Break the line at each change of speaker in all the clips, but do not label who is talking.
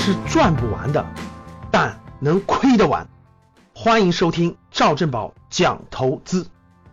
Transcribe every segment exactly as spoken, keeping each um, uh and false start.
是赚不完的，但能亏得完。欢迎收听赵正宝讲投资。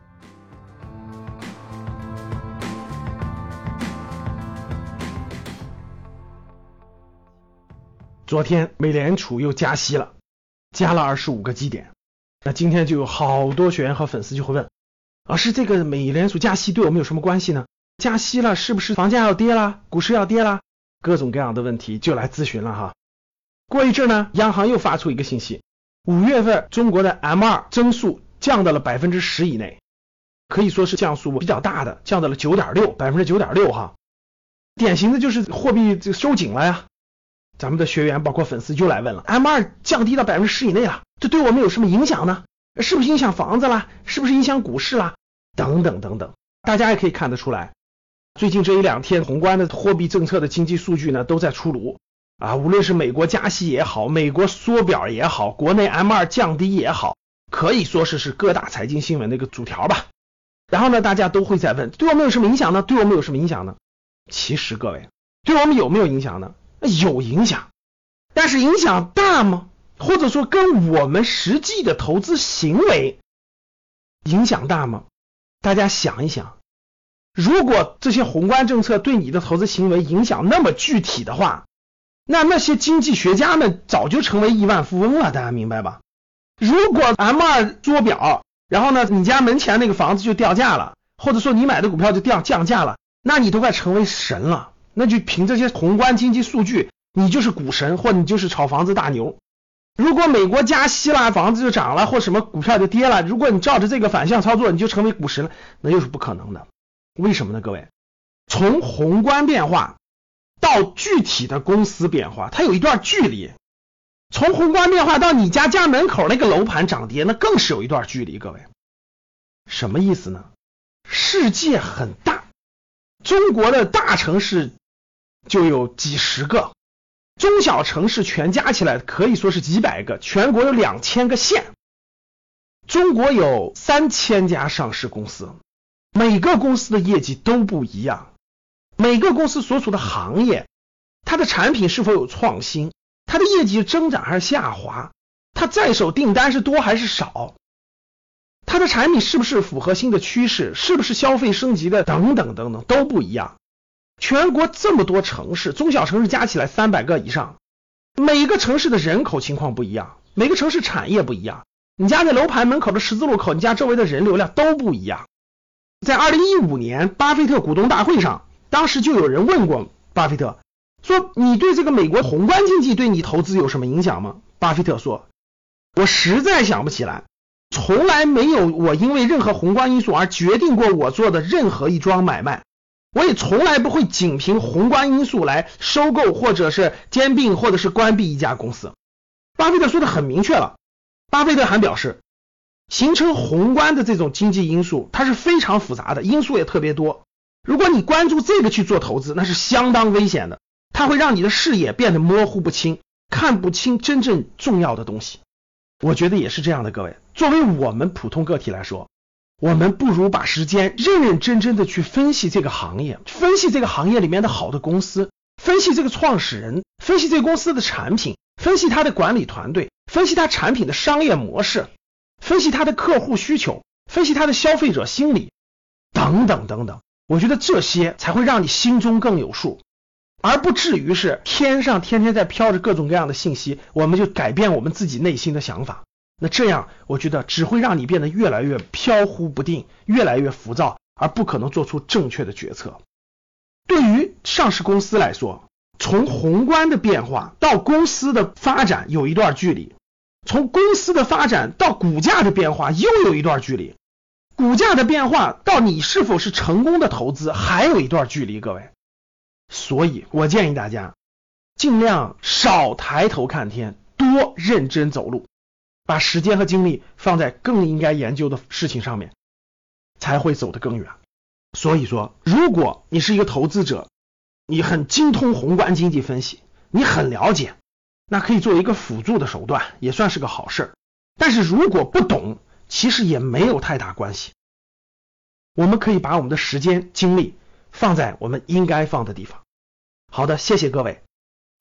昨天美联储又加息了，加了二十五个基点。那今天就有好多学员和粉丝就会问，老师，这个美联储加息对我们有什么关系呢？加息了是不是房价要跌啦，股市要跌啦？各种各样的问题就来咨询了哈。过一阵呢，央行又发出一个信息，五月份中国的 M 二 增速降到了 百分之十 以内，可以说是降速比较大的，降到了 九点六 百分之九点六 哈。典型的就是货币收紧了呀。咱们的学员包括粉丝就来问了， M 二 降低到 百分之十 以内了，这对我们有什么影响呢？是不是影响房子啦？是不是影响股市啦？等等等等。大家也可以看得出来，最近这一两天宏观的货币政策的经济数据呢都在出炉啊，无论是美国加息也好，美国缩表也好，国内 M 二 降低也好，可以说是是各大财经新闻的一个主条吧。然后呢，大家都会在问，对我们有什么影响呢？对我们有什么影响呢？其实各位，对我们有没有影响呢？有影响，但是影响大吗？或者说跟我们实际的投资行为影响大吗？大家想一想，如果这些宏观政策对你的投资行为影响那么具体的话，那那些经济学家们早就成为亿万富翁了，大家明白吧？如果 M 二 缩表，然后呢你家门前那个房子就掉价了，或者说你买的股票就掉降价了，那你都快成为神了，那就凭这些宏观经济数据，你就是股神，或你就是炒房子大牛。如果美国加息了，房子就涨了，或什么股票就跌了，如果你照着这个反向操作，你就成为股神了，那又是不可能的。为什么呢？各位，从宏观变化到具体的公司变化，它有一段距离。从宏观变化到你家家门口那个楼盘涨跌，那更是有一段距离。各位，什么意思呢？世界很大，中国的大城市就有几十个，中小城市全加起来可以说是几百个，全国有两千个县，中国有三千家上市公司，每个公司的业绩都不一样，每个公司所处的行业，它的产品是否有创新，它的业绩增长还是下滑，它在手订单是多还是少，它的产品是不是符合新的趋势，是不是消费升级的等等等等都不一样。全国这么多城市，中小城市加起来三百个以上，每个城市的人口情况不一样，每个城市产业不一样，你家在楼盘门口的十字路口，你家周围的人流量都不一样。在二零一五年巴菲特股东大会上，当时就有人问过巴菲特，说你对这个美国宏观经济对你投资有什么影响吗？巴菲特说，我实在想不起来，从来没有我因为任何宏观因素而决定过我做的任何一桩买卖，我也从来不会仅凭宏观因素来收购或者是兼并或者是关闭一家公司。巴菲特说的很明确了，巴菲特还表示，形成宏观的这种经济因素它是非常复杂的，因素也特别多，如果你关注这个去做投资，那是相当危险的，它会让你的视野变得模糊不清，看不清真正重要的东西。我觉得也是这样的，各位，作为我们普通个体来说，我们不如把时间认认真真的去分析这个行业，分析这个行业里面的好的公司，分析这个创始人，分析这个公司的产品，分析他的管理团队，分析他产品的商业模式，分析他的客户需求，分析他的消费者心理，等等等等。我觉得这些才会让你心中更有数，而不至于是天上天天在飘着各种各样的信息，我们就改变我们自己内心的想法。那这样我觉得只会让你变得越来越飘忽不定，越来越浮躁，而不可能做出正确的决策。对于上市公司来说，从宏观的变化到公司的发展有一段距离，从公司的发展到股价的变化又有一段距离，股价的变化到你是否是成功的投资还有一段距离，各位。所以我建议大家尽量少抬头看天，多认真走路，把时间和精力放在更应该研究的事情上面，才会走得更远。所以说，如果你是一个投资者，你很精通宏观经济分析，你很了解，那可以做一个辅助的手段，也算是个好事。但是如果不懂，其实也没有太大关系。我们可以把我们的时间精力放在我们应该放的地方。好的，谢谢各位。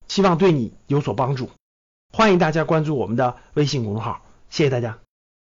希望对你有所帮助。欢迎大家关注我们的微信公众号，谢谢大家。